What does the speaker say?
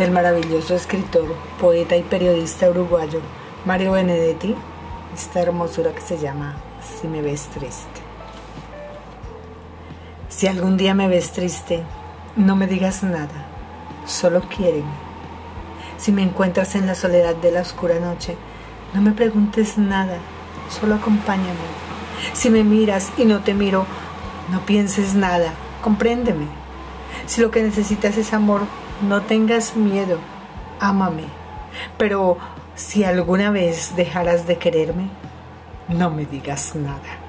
del maravilloso escritor, poeta y periodista uruguayo Mario Benedetti, esta hermosura que se llama Si me ves triste. Si algún día me ves triste, no me digas nada, solo quiéreme. Si me encuentras en la soledad de la oscura noche, no me preguntes nada, solo acompáñame. Si me miras y no te miro, no pienses nada, compréndeme. Si lo que necesitas es amor, no tengas miedo, ámame. Pero si alguna vez dejaras de quererme, no me digas nada.